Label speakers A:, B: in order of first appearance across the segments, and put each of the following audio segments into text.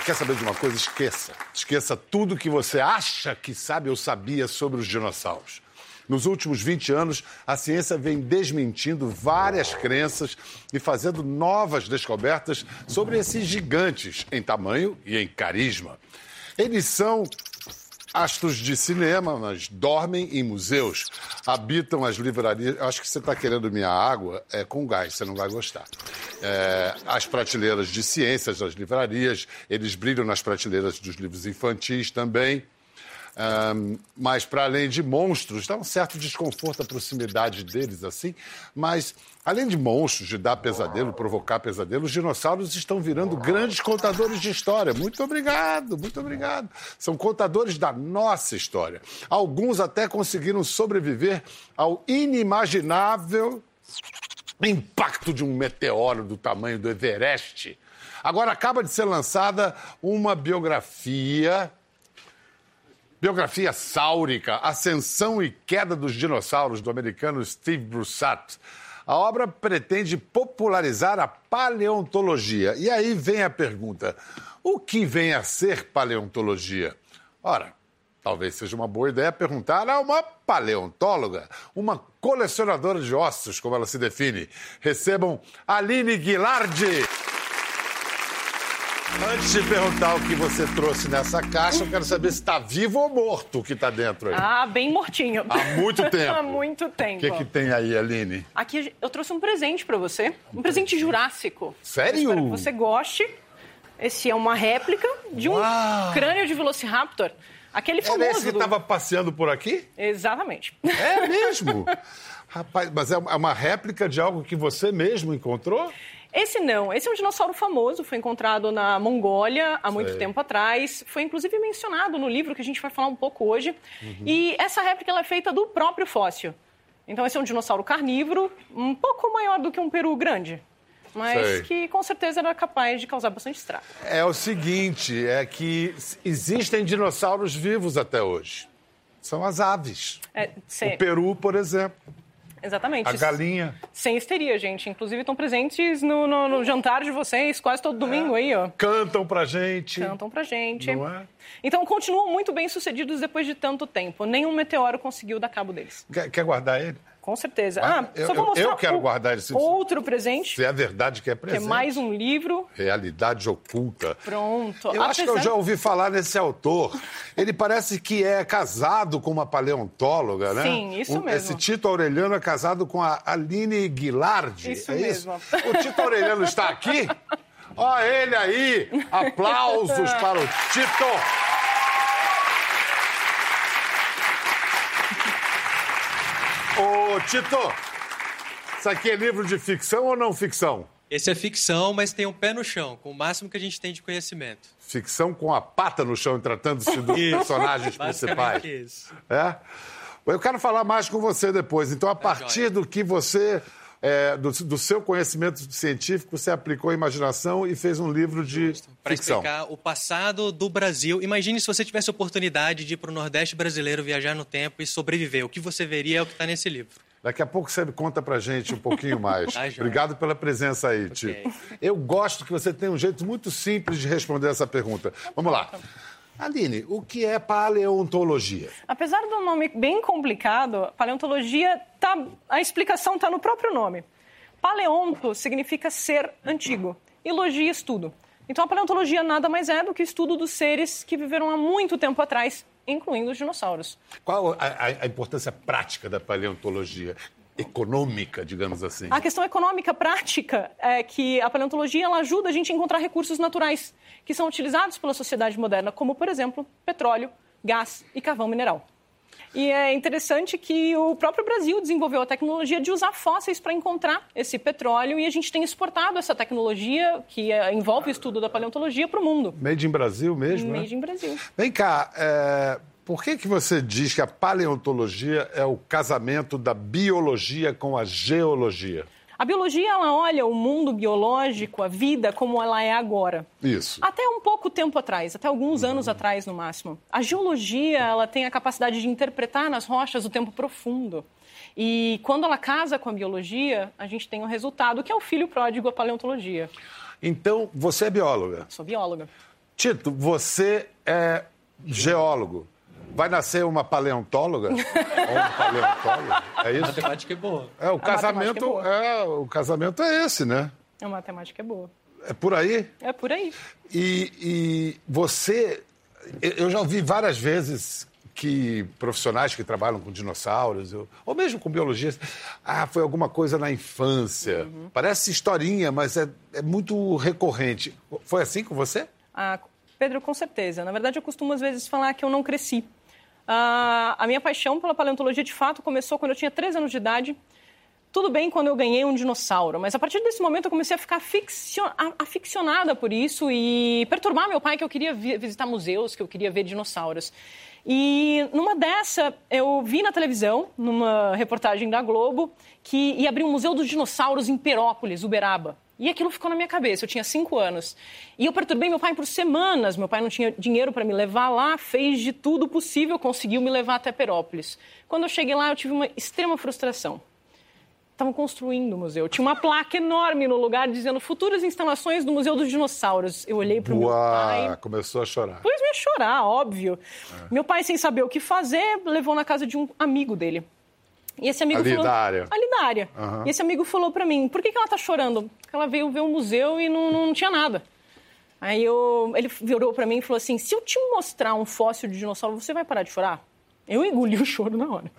A: quer saber de uma coisa? Esqueça. Esqueça tudo que você acha que sabe ou sabia sobre os dinossauros. Nos últimos 20 anos, a ciência vem desmentindo várias crenças e fazendo novas descobertas sobre esses gigantes em tamanho e em carisma. Eles são astros de cinema, mas dormem em museus, habitam as livrarias. Acho que você está querendo minha água com gás, você não vai gostar. As prateleiras de ciências das livrarias, eles brilham nas prateleiras dos livros infantis também. Mas, para além de monstros, dá um certo desconforto a proximidade deles, assim. Mas, além de monstros, de dar pesadelo, provocar pesadelo, os dinossauros estão virando grandes contadores de história. Muito obrigado, muito obrigado. São contadores da nossa história. Alguns até conseguiram sobreviver ao inimaginável impacto de um meteoro do tamanho do Everest. Agora, acaba de ser lançada uma biografia sáurica, Ascensão e Queda dos Dinossauros, do americano Steve Brusatte. A obra pretende popularizar a paleontologia. E aí vem a pergunta, o que vem a ser paleontologia? Ora, talvez seja uma boa ideia perguntar a uma paleontóloga, uma colecionadora de ossos, como ela se define. Recebam Aline Guilardi. Antes de perguntar o que você trouxe nessa caixa, eu quero saber se está vivo ou morto o que está dentro aí.
B: Ah, bem mortinho.
A: Há muito tempo.
B: Há muito tempo.
A: O que tem aí, Aline?
B: Aqui eu trouxe um presente para você, um presente jurássico.
A: Sério?
B: Eu espero que você goste. Esse é uma réplica de um crânio de Velociraptor. Aquele famoso.
A: Era esse que estava passeando por aqui?
B: Exatamente.
A: É mesmo? Rapaz, mas é uma réplica de algo que você mesmo encontrou?
B: Esse não. Esse é um dinossauro famoso, foi encontrado na Mongólia há muito tempo atrás. Foi, inclusive, mencionado no livro que a gente vai falar um pouco hoje. E essa réplica ela é feita do próprio fóssil. Então, esse é um dinossauro carnívoro, um pouco maior do que um peru grande. Mas que, com certeza, era capaz de causar bastante estrago.
A: É o seguinte, é que existem dinossauros vivos até hoje. São as aves. O peru, por exemplo.
B: Exatamente.
A: A galinha.
B: Sem histeria, gente. Inclusive, estão presentes no jantar de vocês quase todo domingo aí, ó.
A: Cantam pra gente.
B: Cantam pra gente.
A: Não é?
B: Então, continuam muito bem sucedidos depois de tanto tempo. Nenhum meteoro conseguiu dar cabo deles.
A: Quer guardar ele?
B: Com certeza.
A: Só vou mostrar eu quero guardar esse
B: outro presente.
A: Se é verdade que é presente.
B: Que é mais um livro.
A: Realidade Oculta.
B: Pronto.
A: Eu acho que eu já ouvi falar nesse autor. Ele parece que é casado com uma paleontóloga, né?
B: Sim, isso mesmo.
A: Esse Tito Aureliano é casado com a Aline Guilardi.
B: Isso mesmo.
A: O Tito Aureliano está aqui? Ó ele aí! Aplausos para o Tito! Ô, Tito, isso aqui é livro de ficção ou não ficção?
C: Esse é ficção, mas tem um pé no chão, com o máximo que a gente tem de conhecimento.
A: Ficção com a pata no chão, tratando-se dos personagens principais.
C: Isso.
A: É? Eu quero falar mais com você depois. Então, a partir do que você... do seu conhecimento científico, você aplicou a imaginação e fez um livro de ficção.
C: Para explicar o passado do Brasil. Imagine se você tivesse a oportunidade de ir para o Nordeste brasileiro, viajar no tempo e sobreviver. O que você veria é o que está nesse livro.
A: Daqui a pouco você conta pra gente um pouquinho mais. Obrigado pela presença aí, Tito. Eu gosto que você tem um jeito muito simples de responder essa pergunta. Vamos lá. Aline, o que é paleontologia?
B: Apesar do nome bem complicado, paleontologia, a explicação está no próprio nome. Paleonto significa ser antigo e logia, estudo. Então, a paleontologia nada mais é do que estudo dos seres que viveram há muito tempo atrás, incluindo os dinossauros.
A: Qual a importância prática da paleontologia? Econômica, digamos assim.
B: A questão econômica prática é que a paleontologia ela ajuda a gente a encontrar recursos naturais que são utilizados pela sociedade moderna, como, por exemplo, petróleo, gás e carvão mineral. E é interessante que o próprio Brasil desenvolveu a tecnologia de usar fósseis para encontrar esse petróleo e a gente tem exportado essa tecnologia, que envolve o estudo da paleontologia, para o mundo.
A: Made in Brasil mesmo,
B: Made in Brasil.
A: Vem cá, por que você diz que a paleontologia é o casamento da biologia com a geologia?
B: A biologia, ela olha o mundo biológico, a vida, como ela é agora.
A: Isso.
B: Até um pouco tempo atrás, até alguns anos atrás, no máximo. A geologia, ela tem a capacidade de interpretar nas rochas o tempo profundo. E quando ela casa com a biologia, a gente tem um resultado, que é o filho pródigo, a paleontologia.
A: Então, você é bióloga?
B: Sou bióloga.
A: Tito, você é geólogo. Vai nascer uma paleontóloga? Ou um paleontólogo? É isso?
C: A matemática é boa.
A: O casamento é esse, né?
B: A matemática é boa.
A: É por aí?
B: É por aí.
A: E você... Eu já ouvi várias vezes que profissionais que trabalham com dinossauros, ou mesmo com biologia, foi alguma coisa na infância. Parece historinha, mas é muito recorrente. Foi assim com você?
B: Pedro, com certeza. Na verdade, eu costumo às vezes falar que eu não cresci. A minha paixão pela paleontologia, de fato, começou quando eu tinha 3 anos de idade. Tudo bem quando eu ganhei um dinossauro, mas a partir desse momento eu comecei a ficar aficionada por isso e perturbar meu pai, que eu queria visitar museus, que eu queria ver dinossauros. E numa dessa, eu vi na televisão, numa reportagem da Globo, que ia abrir um museu dos dinossauros em Perópolis, Uberaba. E aquilo ficou na minha cabeça, eu tinha 5 anos. E eu perturbei meu pai por semanas, meu pai não tinha dinheiro para me levar lá, fez de tudo possível, conseguiu me levar até Perópolis. Quando eu cheguei lá, eu tive uma extrema frustração. Estavam construindo o museu. Tinha uma placa enorme no lugar dizendo futuras instalações do Museu dos Dinossauros. Eu olhei para o meu pai...
A: Começou a chorar.
B: Pois ia chorar, óbvio. Meu pai, sem saber o que fazer, levou na casa de um amigo dele. E esse amigo falou...
A: Da área.
B: Ali da área. E esse amigo falou para mim, por que ela está chorando? Porque ela veio ver um museu e não tinha nada. Aí ele virou para mim e falou assim, se eu te mostrar um fóssil de dinossauro, você vai parar de chorar? Eu engoli o choro na hora.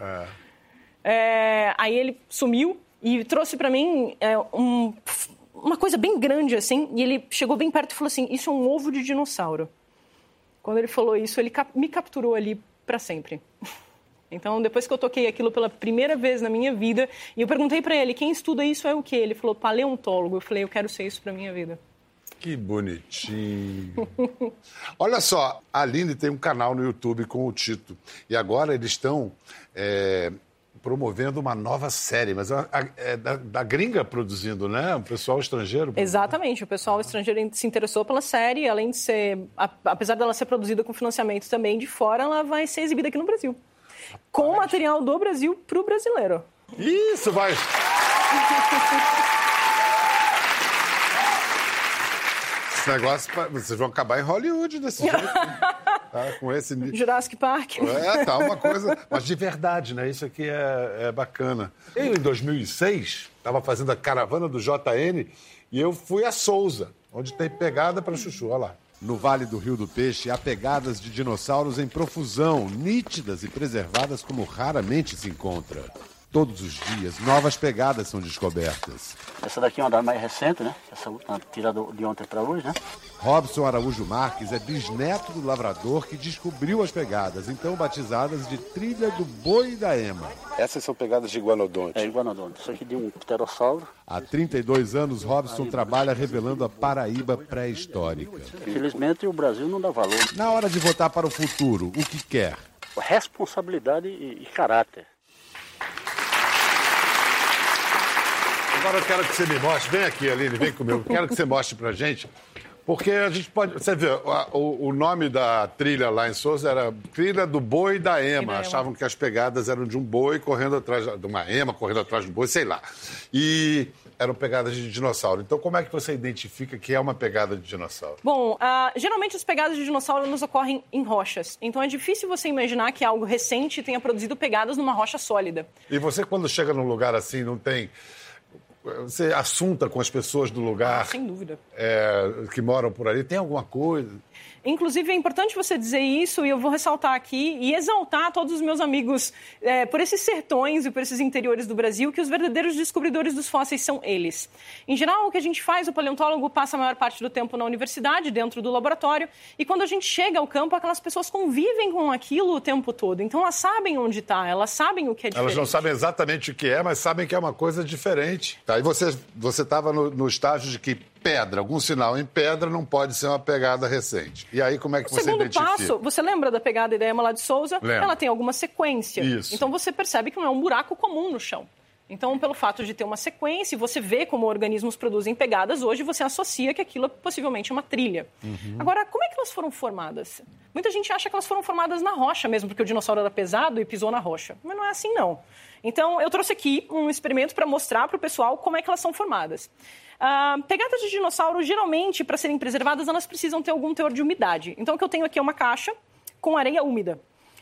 B: Aí ele sumiu e trouxe para mim uma coisa bem grande, assim, e ele chegou bem perto e falou assim, isso é um ovo de dinossauro. Quando ele falou isso, ele me capturou ali para sempre. Então, depois que eu toquei aquilo pela primeira vez na minha vida, e eu perguntei para ele, quem estuda isso é o quê? Ele falou, paleontólogo. Eu falei, eu quero ser isso para minha vida.
A: Que bonitinho. Olha só, a Aline tem um canal no YouTube com o Tito. E agora eles estão promovendo uma nova série, mas é da gringa produzindo, né? O pessoal estrangeiro.
B: Exatamente, o pessoal estrangeiro se interessou pela série, além de ser, apesar dela ser produzida com financiamento também de fora, ela vai ser exibida aqui no Brasil. Com material do Brasil para o brasileiro.
A: Isso, vai... Esse negócio, vocês vão acabar em Hollywood desse jeito. Tá? Com esse...
B: Jurassic Park.
A: Tá uma coisa... Mas de verdade, né? Isso aqui é bacana. Eu, em 2006, estava fazendo a caravana do JN e eu fui a Sousa, onde tem pegada para chuchu. Olha lá. No Vale do Rio do Peixe, há pegadas de dinossauros em profusão, nítidas e preservadas como raramente se encontra. Todos os dias, novas pegadas são descobertas.
D: Essa daqui é uma das mais recentes, né? Essa tirada de ontem para hoje, né?
A: Robson Araújo Marques é bisneto do lavrador que descobriu as pegadas, então batizadas de Trilha do Boi da Ema. Essas são pegadas de iguanodonte?
D: É, iguanodonte. Isso aqui de um pterossauro.
A: Há 32 anos, Robson trabalha revelando a Paraíba pré-histórica.
D: Infelizmente, o Brasil não dá valor.
A: Na hora de votar para o futuro, o que quer?
D: Responsabilidade e caráter.
A: Agora eu quero que você me mostre, vem aqui, Aline, vem comigo, quero que você mostre pra gente, porque a gente pode, você vê, o nome da trilha lá em Sousa era Trilha do Boi da Ema, achavam que as pegadas eram de um boi correndo atrás, de uma ema correndo atrás do boi, sei lá, e eram pegadas de dinossauro. Então, como é que você identifica que é uma pegada de dinossauro?
B: Bom, geralmente as pegadas de dinossauro nos ocorrem em rochas. Então, é difícil você imaginar que algo recente tenha produzido pegadas numa rocha sólida.
A: E você, quando chega num lugar assim, não tem... Você assunta com as pessoas do lugar...
B: Sem dúvida.
A: Que moram por ali. Tem alguma coisa...
B: Inclusive, é importante você dizer isso, e eu vou ressaltar aqui e exaltar todos os meus amigos por esses sertões e por esses interiores do Brasil, que os verdadeiros descobridores dos fósseis são eles. Em geral, o que a gente faz, o paleontólogo passa a maior parte do tempo na universidade, dentro do laboratório, e quando a gente chega ao campo, aquelas pessoas convivem com aquilo o tempo todo. Então, elas sabem onde está, elas sabem o que é diferente.
A: Elas não sabem exatamente o que é, mas sabem que é uma coisa diferente. Tá, e você estava no estágio de que pedra, algum sinal em pedra não pode ser uma pegada recente. E aí, como é que você identifica?
B: O segundo passo, você lembra da pegada da Ema lá de Sousa?
A: Lembra.
B: Ela tem alguma sequência.
A: Isso.
B: Então, você percebe que não é um buraco comum no chão. Então, pelo fato de ter uma sequência, você vê como organismos produzem pegadas, hoje você associa que aquilo possivelmente é uma trilha. Agora, como é que elas foram formadas? Muita gente acha que elas foram formadas na rocha mesmo, porque o dinossauro era pesado e pisou na rocha. Mas não é assim, não. Então, eu trouxe aqui um experimento para mostrar para o pessoal como é que elas são formadas. Pegadas de dinossauro, geralmente, para serem preservadas, elas precisam ter algum teor de umidade. Então, o que eu tenho aqui é uma caixa com areia úmida.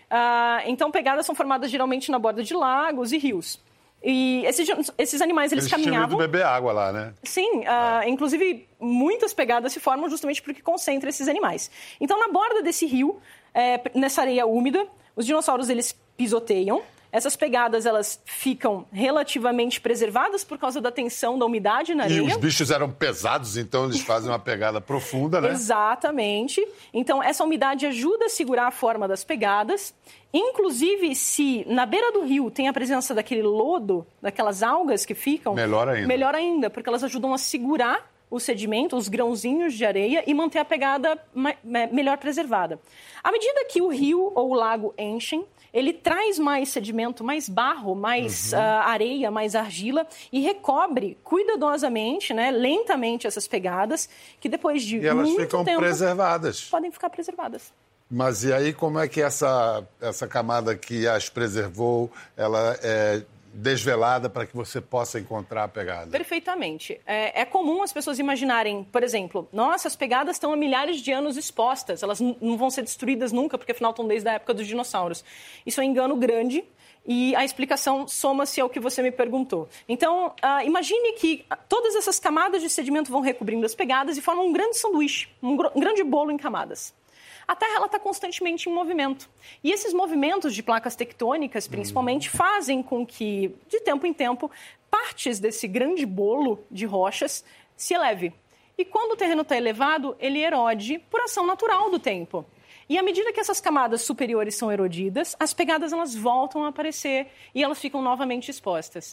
B: Então, pegadas são formadas geralmente na borda de lagos e rios. E esses animais, eles caminhavam...
A: Eles tinham ido beber água lá, né?
B: Sim, inclusive muitas pegadas se formam justamente porque concentra esses animais. Então, na borda desse rio, nessa areia úmida, os dinossauros, eles pisoteiam. Essas pegadas, elas ficam relativamente preservadas por causa da tensão da umidade na areia.
A: E os bichos eram pesados, então eles fazem uma pegada profunda, né?
B: Exatamente. Então, essa umidade ajuda a segurar a forma das pegadas. Inclusive, se na beira do rio tem a presença daquele lodo, daquelas algas que ficam...
A: Melhor ainda.
B: Melhor ainda, porque elas ajudam a segurar o sedimento, os grãozinhos de areia e manter a pegada melhor preservada. À medida que o rio ou o lago enchem, ele traz mais sedimento, mais barro, mais areia, mais argila e recobre cuidadosamente, né, lentamente essas pegadas, que depois de muito tempo...
A: E elas ficam preservadas.
B: Podem ficar preservadas.
A: Mas e aí como é que essa camada que as preservou, ela é desvelada para que você possa encontrar a pegada?
B: Perfeitamente. É comum as pessoas imaginarem, por exemplo, nossa, as pegadas estão há milhares de anos expostas, elas não vão ser destruídas nunca, porque afinal estão desde a época dos dinossauros. Isso é um engano grande e a explicação soma-se ao que você me perguntou. Então, imagine que todas essas camadas de sedimento vão recobrindo as pegadas e formam um grande sanduíche, um grande bolo em camadas. A Terra está constantemente em movimento. E esses movimentos de placas tectônicas, principalmente, fazem com que, de tempo em tempo, partes desse grande bolo de rochas se eleve. E quando o terreno está elevado, ele erode por ação natural do tempo. E à medida que essas camadas superiores são erodidas, as pegadas elas voltam a aparecer e elas ficam novamente expostas.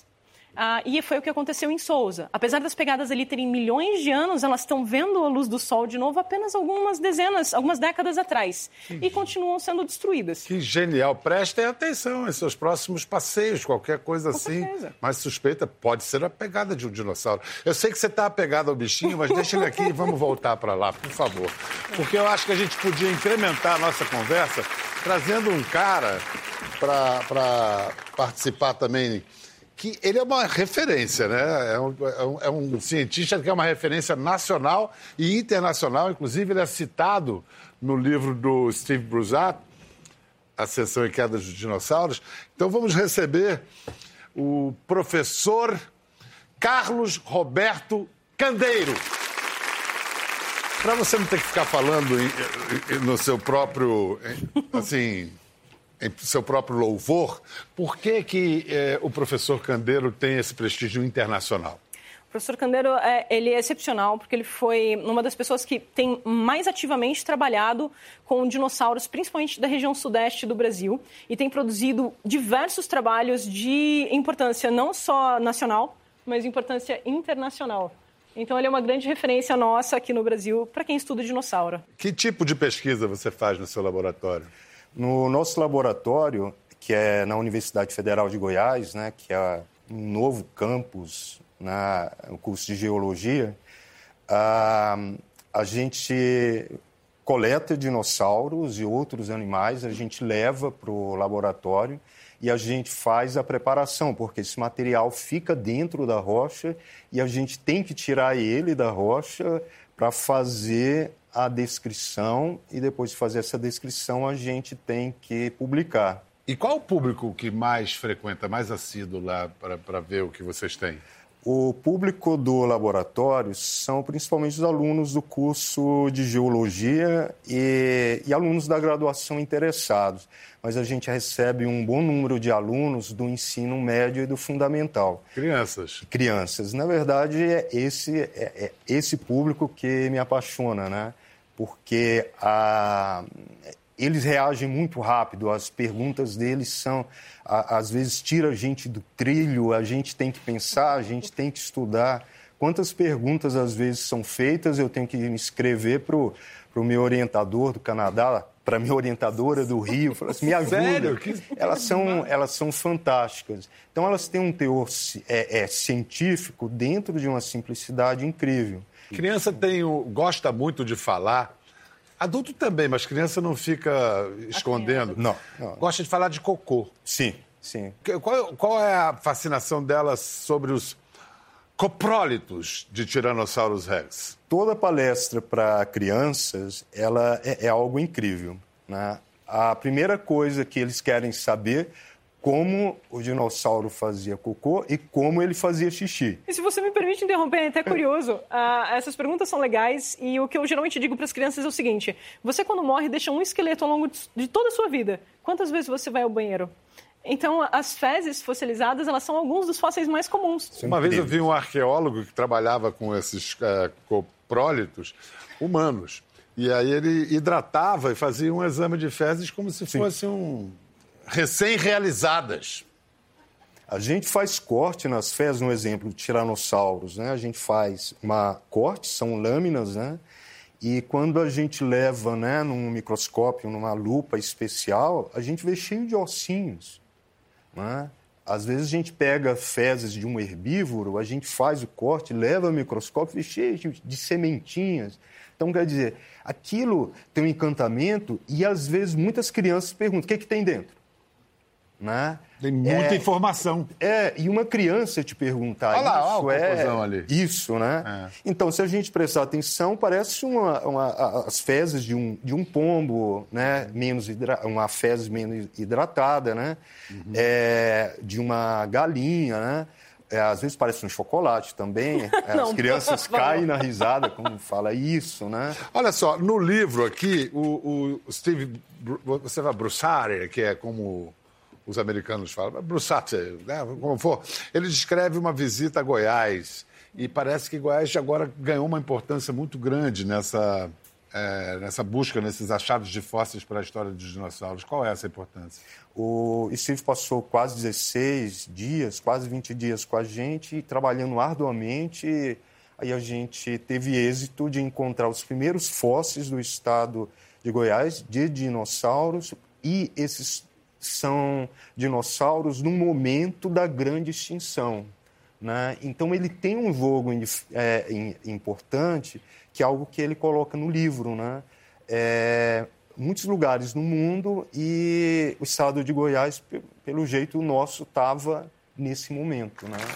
B: E foi o que aconteceu em Sousa. Apesar das pegadas ali terem milhões de anos, elas estão vendo a luz do sol de novo apenas algumas décadas atrás. E continuam sendo destruídas.
A: Que genial. Prestem atenção em seus próximos passeios, qualquer coisa assim.
B: certeza.
A: Mais suspeita pode ser a pegada de um dinossauro. Eu sei que você está apegado ao bichinho, mas deixa ele aqui e vamos voltar para lá, por favor. Porque eu acho que a gente podia incrementar a nossa conversa trazendo um cara para participar também, que ele é uma referência, né? É um cientista que é uma referência nacional e internacional. Inclusive, ele é citado no livro do Steve Brusato, Ascensão e Queda dos Dinossauros. Então, vamos receber o professor Carlos Roberto Candeiro. Para você não ter que ficar falando no seu próprio... assim... em seu próprio louvor, por que o professor Candeiro tem esse prestígio internacional?
B: O professor Candeiro ele é excepcional porque ele foi uma das pessoas que tem mais ativamente trabalhado com dinossauros, principalmente da região sudeste do Brasil, e tem produzido diversos trabalhos de importância não só nacional, mas importância internacional. Então, ele é uma grande referência nossa aqui no Brasil para quem estuda dinossauro.
A: Que tipo de pesquisa você faz no seu laboratório?
E: No nosso laboratório, que é na Universidade Federal de Goiás, né, que é um novo campus no curso de Geologia, a gente coleta dinossauros e outros animais, a gente leva para o laboratório e a gente faz a preparação, porque esse material fica dentro da rocha e a gente tem que tirar ele da rocha para fazer a descrição, e depois de fazer essa descrição a gente tem que publicar.
A: E qual o público que mais frequenta, mais assíduo lá para ver o que vocês têm?
E: O público do laboratório são principalmente os alunos do curso de Geologia e alunos da graduação interessados, mas a gente recebe um bom número de alunos do ensino médio e do fundamental.
A: Crianças.
E: Crianças. Na verdade, é esse público que me apaixona, né? Porque eles reagem muito rápido, as perguntas deles são, às vezes, tira a gente do trilho, a gente tem que pensar, a gente tem que estudar. Quantas perguntas, às vezes, são feitas, eu tenho que me inscrever para o meu orientador do Canadá, para a minha orientadora do Rio, falar assim, me ajuda.
A: Sério?
E: Elas são fantásticas. Então, elas têm um teor científico dentro de uma simplicidade incrível.
A: Criança gosta muito de falar. Adulto também, mas criança não fica escondendo.
E: Não.
A: Gosta de falar de cocô.
E: Sim.
A: Qual é a fascinação dela sobre coprólitos de Tyrannosaurus rex?
E: Toda palestra para crianças, ela é algo incrível, né? A primeira coisa que eles querem saber como o dinossauro fazia cocô e como ele fazia xixi.
B: E se você me permite interromper, é até curioso. Essas perguntas são legais e o que eu geralmente digo para as crianças é o seguinte: você quando morre deixa um esqueleto ao longo de toda a sua vida. Quantas vezes você vai ao banheiro? Então, as fezes fossilizadas, elas são alguns dos fósseis mais comuns.
A: Uma vez eu vi um arqueólogo que trabalhava com esses coprólitos humanos. E aí ele hidratava e fazia um exame de fezes como se fossem recém-realizadas.
E: A gente faz corte nas fezes, no exemplo de tiranossauros, né? A gente faz uma corte, são lâminas, né? E quando a gente leva, né, num microscópio, numa lupa especial, a gente vê cheio de ossinhos, né? Às vezes a gente pega fezes de um herbívoro, a gente faz o corte, leva ao microscópio e vê cheio de sementinhas. Então, quer dizer, aquilo tem um encantamento e, às vezes, muitas crianças perguntam, o que é que tem dentro? Né?
A: Tem muita informação.
E: E uma criança te perguntar
A: olha lá,
E: isso,
A: olha a confusão ali.
E: Isso, né? Então, se a gente prestar atenção, parece as fezes de um pombo, né? Uma fezes menos hidratada, né? Uhum. De uma galinha, né? Às vezes parece um chocolate também. As crianças caem na risada quando fala isso, né?
A: Olha só, no livro aqui, o Steve, você vai Brussari, que é como os americanos falam, Brussati, né? Como for, ele descreve uma visita a Goiás e parece que Goiás agora ganhou uma importância muito grande nessa busca, nesses achados de fósseis para a história dos dinossauros. Qual é essa importância?
E: O Steve passou quase 16 dias, quase 20 dias com a gente, trabalhando arduamente. Aí a gente teve êxito de encontrar os primeiros fósseis do estado de Goiás de dinossauros, e esses são dinossauros no momento da grande extinção, né? Então ele tem um jogo importante, que é algo que ele coloca no livro, né? Muitos lugares no mundo, e o estado de Goiás, pelo jeito, o nosso estava nesse momento, né?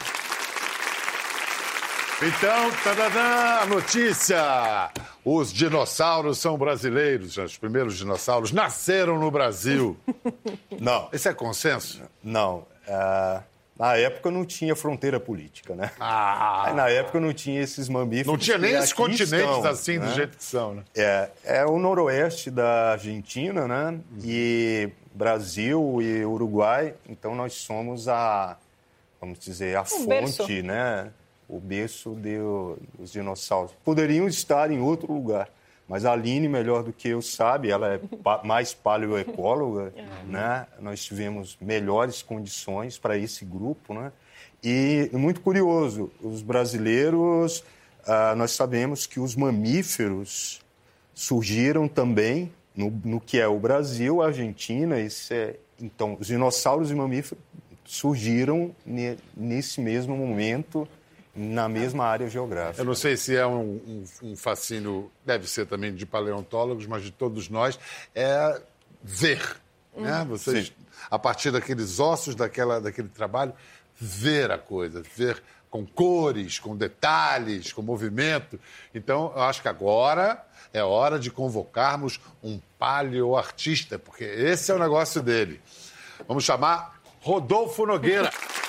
A: Então, tadadã, a notícia! Os dinossauros são brasileiros. Os primeiros dinossauros nasceram no Brasil.
E: Não.
A: Esse é consenso?
E: Não. Na época não tinha fronteira política, né? Na época não tinha esses mamíferos.
A: Não tinha nem esses continentes
E: estão,
A: assim,
E: né?
A: Do jeito que são, né?
E: É o noroeste da Argentina, né? E Brasil e Uruguai. Então nós somos vamos dizer, a fonte,
B: berço,
E: né? O berço dos dinossauros. Poderiam estar em outro lugar, mas a Aline, melhor do que eu, sabe, ela é mais paleoecóloga, né? Nós tivemos melhores condições para esse grupo, né? E muito curioso, os brasileiros, nós sabemos que os mamíferos surgiram também no que é o Brasil, a Argentina. Então, os dinossauros e mamíferos surgiram nesse mesmo momento, na mesma área geográfica.
A: Eu não sei se é um fascínio, deve ser também de paleontólogos, mas de todos nós, é ver, né? Vocês, a partir daqueles ossos, daquele trabalho, ver a coisa, ver com cores, com detalhes, com movimento. Então, eu acho que agora é hora de convocarmos um paleoartista, porque esse é o negócio dele. Vamos chamar Rodolfo Nogueira.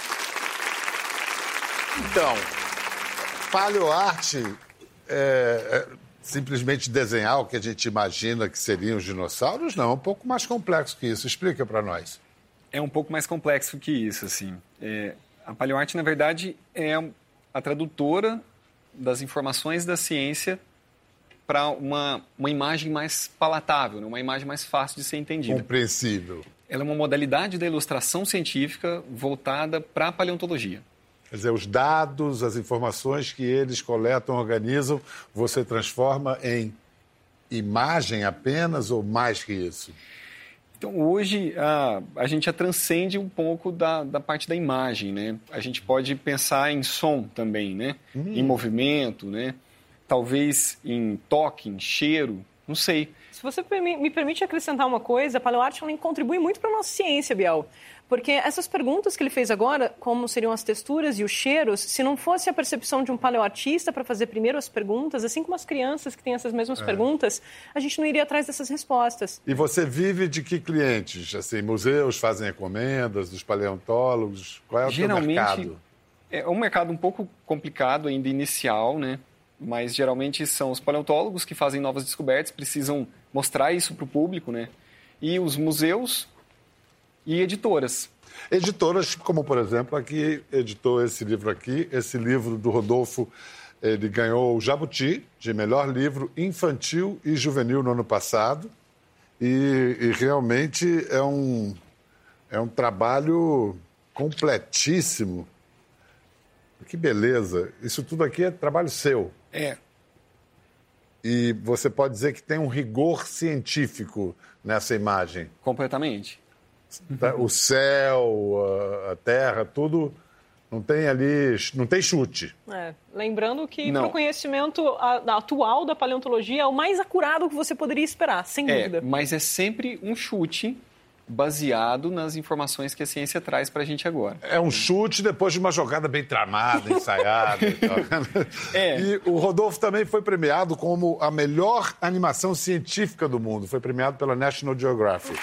A: Então, paleoarte é simplesmente desenhar o que a gente imagina que seriam os dinossauros? Não, é um pouco mais complexo que isso. Explica para nós.
F: É um pouco mais complexo que isso, assim. A paleoarte, na verdade, é a tradutora das informações da ciência para uma imagem mais palatável, né? Uma imagem mais fácil de ser entendida.
A: Compreensível.
F: Ela é uma modalidade da ilustração científica voltada para a paleontologia.
A: Quer dizer, os dados, as informações que eles coletam, organizam, você transforma em imagem apenas ou mais que isso?
F: Então, hoje, a gente já transcende um pouco da parte da imagem, né? A gente pode pensar em som também, né? Em movimento, né? Talvez em toque, em cheiro, não sei.
B: Se você me permite acrescentar uma coisa, a paleoarte contribui muito para a nossa ciência, Biel. Porque essas perguntas que ele fez agora, como seriam as texturas e os cheiros, se não fosse a percepção de um paleoartista para fazer primeiro as perguntas, assim como as crianças que têm essas mesmas perguntas, a gente não iria atrás dessas respostas.
A: E você vive de que clientes? Assim, museus fazem encomendas, dos paleontólogos? Qual é o teu mercado?
F: É um mercado um pouco complicado ainda inicial, né? Mas geralmente são os paleontólogos que fazem novas descobertas, precisam mostrar isso para o público, né? E os museus e editoras.
A: Editoras, como por exemplo, aqui editou esse livro aqui, esse livro do Rodolfo, ele ganhou o Jabuti de melhor livro infantil e juvenil no ano passado. E realmente é um trabalho completíssimo. Que beleza! Isso tudo aqui é trabalho seu.
F: É.
A: E você pode dizer que tem um rigor científico nessa imagem.
F: Completamente.
A: O céu, a terra, tudo não tem ali, não tem chute.
B: Lembrando que para o conhecimento atual da paleontologia é o mais acurado que você poderia esperar, sem dúvida.
F: Mas é sempre um chute baseado nas informações que a ciência traz para a gente agora.
A: É um chute depois de uma jogada bem tramada, ensaiada. E o Rodolfo também foi premiado como a melhor animação científica do mundo. Foi premiado pela National Geographic.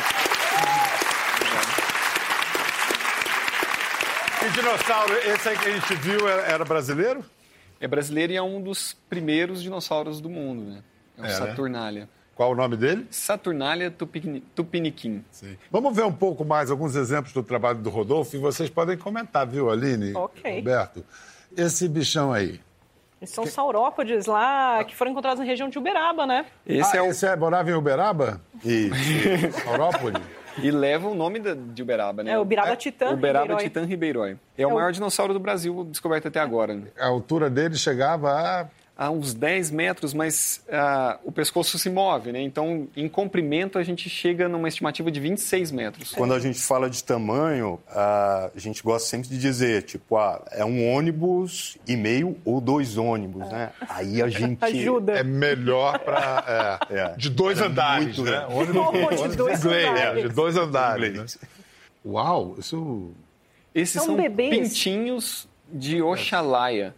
A: E dinossauro, esse aí que a gente viu era brasileiro?
F: É brasileiro e é um dos primeiros dinossauros do mundo, né? É o Saturnalia.
A: Né? Qual o nome dele?
F: Saturnalia tupiniquim.
A: Sim. Vamos ver um pouco mais, alguns exemplos do trabalho do Rodolfo, e vocês podem comentar, viu, Aline?
B: Ok.
A: Roberto, esse bichão aí.
B: São saurópodes lá, que foram encontrados na região de Uberaba, né?
A: Esse morava em Uberaba? Isso. Saurópode?
F: E leva o nome de Uberaba, né?
B: É o Uberaba Titã
F: Uberaba Titã Ribeirói. É o maior dinossauro do Brasil descoberto até agora. Né?
A: A altura dele chegava
F: a uns 10 metros, mas o pescoço se move, né? Então, em comprimento, a gente chega numa estimativa de 26 metros.
E: Quando a gente fala de tamanho, a gente gosta sempre de dizer, tipo, é um ônibus e meio ou 2 ônibus, né? Aí a gente...
B: Ajuda.
A: É melhor para... de 2 andares,
E: muito,
A: né?
B: Ônibus de 2 andares.
A: De 2 andares. Né? Uau, isso...
F: Esses são pintinhos de Oxalaia.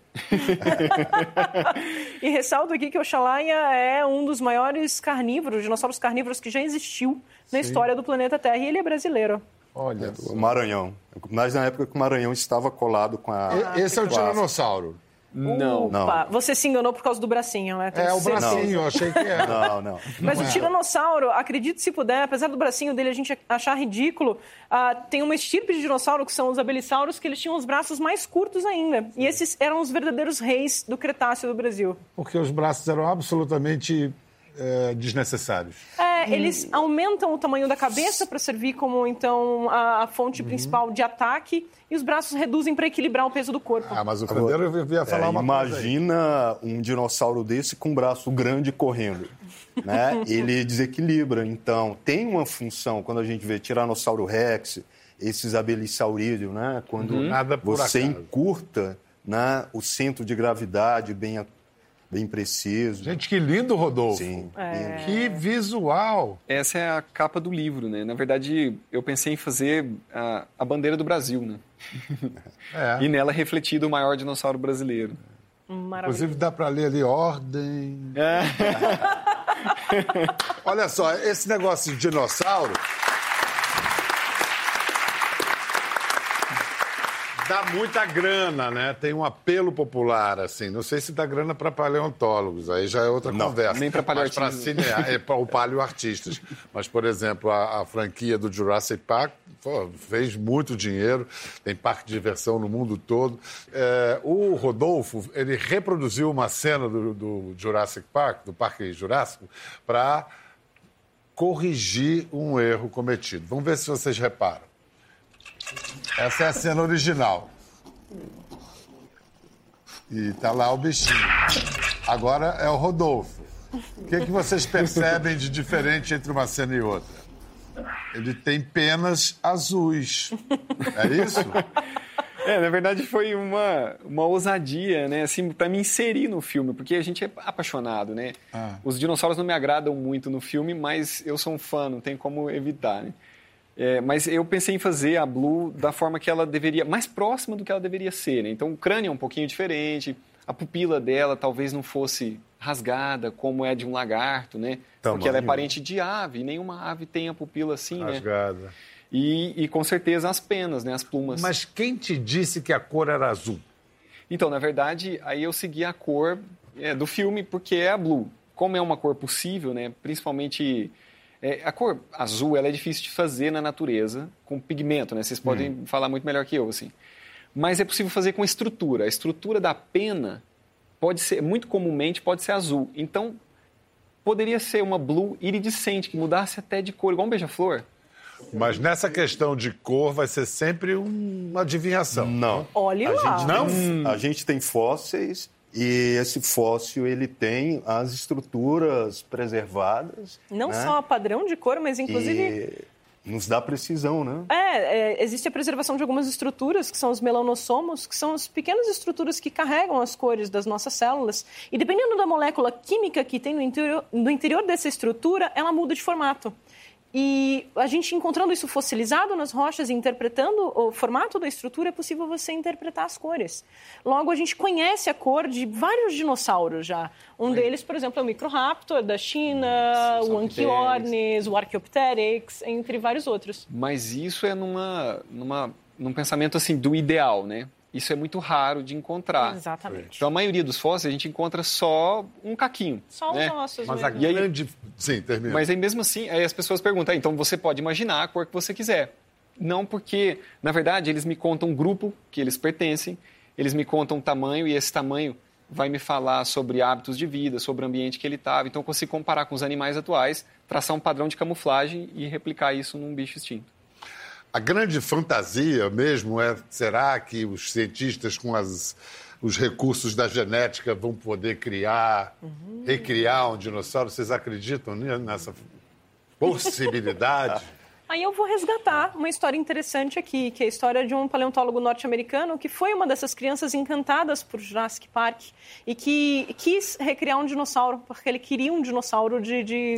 B: E ressalto aqui que Oxalaia é um dos maiores carnívoros, dinossauros carnívoros que já existiu na história do planeta Terra, e ele é brasileiro.
A: Olha,
E: o Maranhão. Mas na época que o Maranhão estava colado com a...
A: Esse é o tiranossauro.
F: Não.
B: Você se enganou por causa do bracinho, né?
A: O bracinho, eu achei que era.
E: Não.
B: Mas o tiranossauro, acredite se puder, apesar do bracinho dele a gente achar ridículo, tem uma estirpe de dinossauro, que são os abelissauros, que eles tinham os braços mais curtos ainda. E esses eram os verdadeiros reis do Cretáceo do Brasil.
A: Porque os braços eram absolutamente desnecessários.
B: Eles aumentam o tamanho da cabeça para servir como, então, a fonte principal de ataque, e os braços reduzem para equilibrar o peso do corpo.
A: Mas o Candeiro ia falar uma coisa.
E: Imagina um dinossauro desse com um braço grande correndo. Né? Ele desequilibra. Então, tem uma função, quando a gente vê Tiranossauro Rex, esses abelissaurídeos, né? Quando você encurta, né, o centro de gravidade bem preciso.
A: Gente, que lindo, Rodolfo.
E: Sim.
A: Que visual.
F: Essa é a capa do livro, né? Na verdade, eu pensei em fazer a bandeira do Brasil, né? E nela refletido o maior dinossauro brasileiro.
A: Inclusive, dá para ler ali, ordem. Olha só, esse negócio de dinossauro... Dá muita grana, né? Tem um apelo popular, assim. Não sei se dá grana para paleontólogos, aí já é outra conversa.
F: Nem para paleoartistas.
A: Para o paleoartistas. Mas, por exemplo, a franquia do Jurassic Park fez muito dinheiro, tem parque de diversão no mundo todo. O Rodolfo, ele reproduziu uma cena do Jurassic Park, do Parque Jurássico, para corrigir um erro cometido. Vamos ver se vocês reparam. Essa é a cena original. E tá lá o bichinho. Agora é o Rodolfo. O que vocês percebem de diferente entre uma cena e outra? Ele tem penas azuis. É isso?
F: Na verdade foi uma ousadia, né? Assim, para me inserir no filme, porque a gente é apaixonado, né? Os dinossauros não me agradam muito no filme, mas eu sou um fã, não tem como evitar, né? Mas eu pensei em fazer a Blue da forma que ela deveria, mais próxima do que ela deveria ser, né? Então o crânio é um pouquinho diferente, a pupila dela talvez não fosse rasgada como é de um lagarto, né? Porque ela é parente de ave, e nenhuma ave tem a pupila assim,
A: rasgada,
F: né? E com certeza as penas, né? As plumas.
A: Mas quem te disse que a cor era azul?
F: Então, na verdade, aí eu segui a cor do filme, porque é a Blue. Como é uma cor possível, né? Principalmente... a cor azul, ela é difícil de fazer na natureza com pigmento, né? Vocês podem falar muito melhor que eu, assim. Mas é possível fazer com estrutura. A estrutura da pena pode ser, muito comumente, pode ser azul. Então, poderia ser uma Blue iridescente, que mudasse até de cor, igual um beija-flor.
A: Mas nessa questão de cor vai ser sempre uma adivinhação.
E: Não.
B: Olha lá.
E: A gente tem fósseis e esse fóssil ele tem as estruturas preservadas.
B: Não
E: né?
B: só padrão de cor, mas inclusive...
E: E nos dá precisão, né?
B: Existe a preservação de algumas estruturas, que são os melanossomos, que são as pequenas estruturas que carregam as cores das nossas células. E dependendo da molécula química que tem no interior dessa estrutura, ela muda de formato. E a gente encontrando isso fossilizado nas rochas e interpretando o formato da estrutura, é possível você interpretar as cores. Logo, a gente conhece a cor de vários dinossauros já. Um deles, por exemplo, é o Microraptor da China, o Anchiornis, o Archaeopteryx, entre vários outros.
F: Mas isso é num pensamento assim do ideal, né? Isso é muito raro de encontrar.
B: Exatamente.
F: Então, a maioria dos fósseis, a gente encontra só um caquinho.
B: Só os ossos
A: Mas
B: mesmo.
A: a grande... Sim, termina.
F: Mas aí, mesmo assim, aí as pessoas perguntam, então você pode imaginar a cor que você quiser. Não, porque, na verdade, eles me contam um grupo que eles pertencem, eles me contam um tamanho, e esse tamanho vai me falar sobre hábitos de vida, sobre o ambiente que ele estava. Então, eu consigo comparar com os animais atuais, traçar um padrão de camuflagem e replicar isso num bicho extinto.
A: A grande fantasia mesmo será que os cientistas com os recursos da genética vão poder recriar um dinossauro? Vocês acreditam nessa possibilidade?
B: Aí eu vou resgatar uma história interessante aqui, que é a história de um paleontólogo norte-americano que foi uma dessas crianças encantadas por Jurassic Park e que quis recriar um dinossauro, porque ele queria um dinossauro de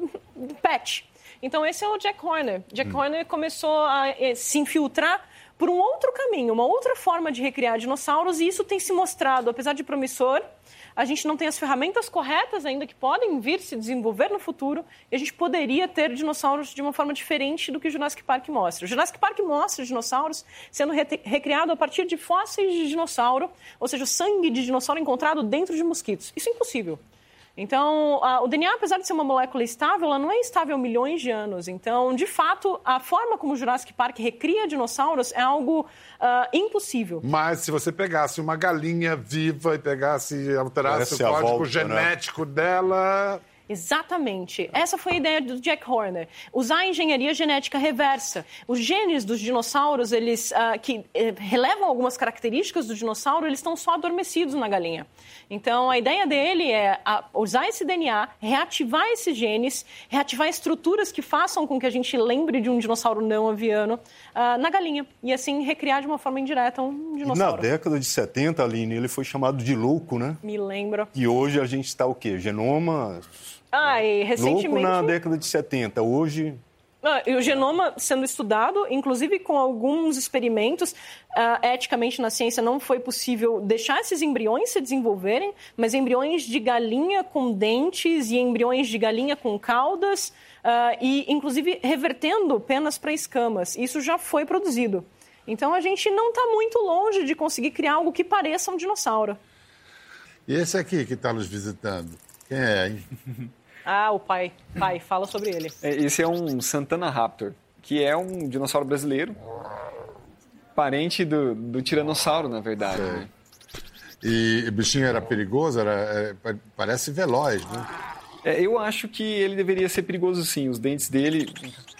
B: pet. Então, esse é o Jack Horner. Jack Horner começou a se infiltrar por um outro caminho, uma outra forma de recriar dinossauros, e isso tem se mostrado, apesar de promissor, a gente não tem as ferramentas corretas ainda que podem vir se desenvolver no futuro, e a gente poderia ter dinossauros de uma forma diferente do que o Jurassic Park mostra. O Jurassic Park mostra dinossauros sendo recriado a partir de fósseis de dinossauro, ou seja, o sangue de dinossauro encontrado dentro de mosquitos. Isso é impossível. Então, o DNA, apesar de ser uma molécula estável, ela não é estável há milhões de anos. Então, de fato, a forma como o Jurassic Park recria dinossauros é algo impossível.
A: Mas se você pegasse uma galinha viva e alterasse o código genético dela...
B: Exatamente. Essa foi a ideia do Jack Horner. Usar a engenharia genética reversa. Os genes dos dinossauros, eles que relevam algumas características do dinossauro, eles estão só adormecidos na galinha. Então, a ideia dele é usar esse DNA, reativar esses genes, reativar estruturas que façam com que a gente lembre de um dinossauro não aviano na galinha. E assim, recriar de uma forma indireta um dinossauro.
E: Na década de 70, Aline, ele foi chamado de louco, né?
B: Me lembro.
E: E hoje a gente está o quê? Genoma...
B: E recentemente...
E: Louco na década de 70, hoje...
B: E o genoma sendo estudado, inclusive com alguns experimentos, eticamente na ciência não foi possível deixar esses embriões se desenvolverem, mas embriões de galinha com dentes e embriões de galinha com caudas, e inclusive revertendo penas para escamas. Isso já foi produzido. Então a gente não está muito longe de conseguir criar algo que pareça um dinossauro.
A: E esse aqui que está nos visitando, quem é, hein?
B: O pai. Pai, fala sobre ele.
F: Esse é um Santana Raptor, que é um dinossauro brasileiro, parente do tiranossauro, na verdade. Né?
A: E o bichinho era perigoso? Parece veloz, né?
F: Eu acho que ele deveria ser perigoso, sim. Os dentes dele...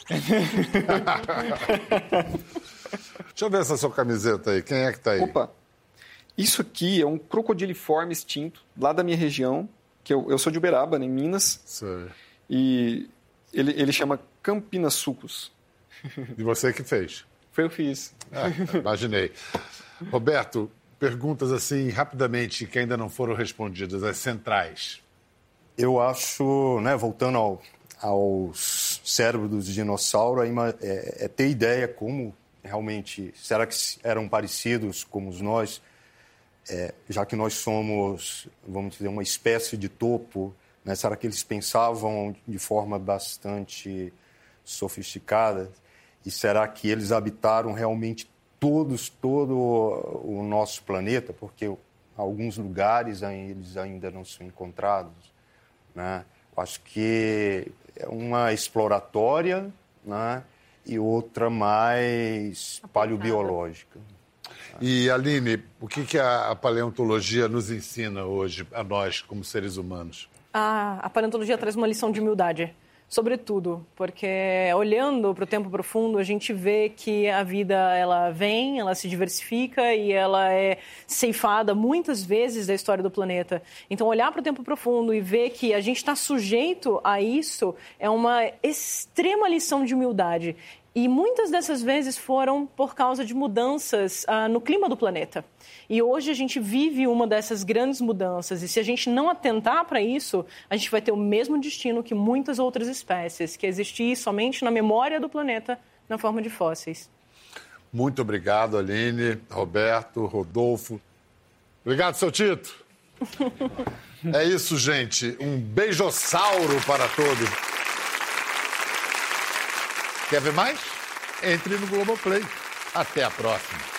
A: Deixa eu ver essa sua camiseta aí. Quem é que tá aí?
F: Opa! Isso aqui é um crocodiliforme extinto, lá da minha região, que eu sou de Uberaba, em Minas.
A: Sei.
F: E ele chama Campinasucos.
A: E você que fez?
F: Foi eu que fiz.
A: Imaginei. Roberto, perguntas assim, rapidamente, que ainda não foram respondidas, as centrais.
E: Eu acho, né, voltando aos cérebro dos dinossauros é ter ideia como realmente... Será que eram parecidos como nós? Já que nós somos, vamos dizer, uma espécie de topo, né? Será que eles pensavam de forma bastante sofisticada? E será que eles habitaram realmente todo o nosso planeta? Porque alguns lugares eles ainda não são encontrados, né? Acho que é uma exploratória, né? E outra mais paleobiológica.
A: E, Aline, o que a paleontologia nos ensina hoje, a nós, como seres humanos?
B: A paleontologia traz uma lição de humildade, sobretudo, porque olhando para o tempo profundo, a gente vê que a vida ela vem, ela se diversifica e ela é ceifada muitas vezes da história do planeta. Então, olhar para o tempo profundo e ver que a gente está sujeito a isso é uma extrema lição de humildade. E muitas dessas vezes foram por causa de mudanças no clima do planeta. E hoje a gente vive uma dessas grandes mudanças. E se a gente não atentar para isso, a gente vai ter o mesmo destino que muitas outras espécies, que é existir somente na memória do planeta, na forma de fósseis.
A: Muito obrigado, Aline, Roberto, Rodolfo. Obrigado, seu Tito. É isso, gente. Um beijossauro para todos. Quer ver mais? Entre no Globoplay. Até a próxima.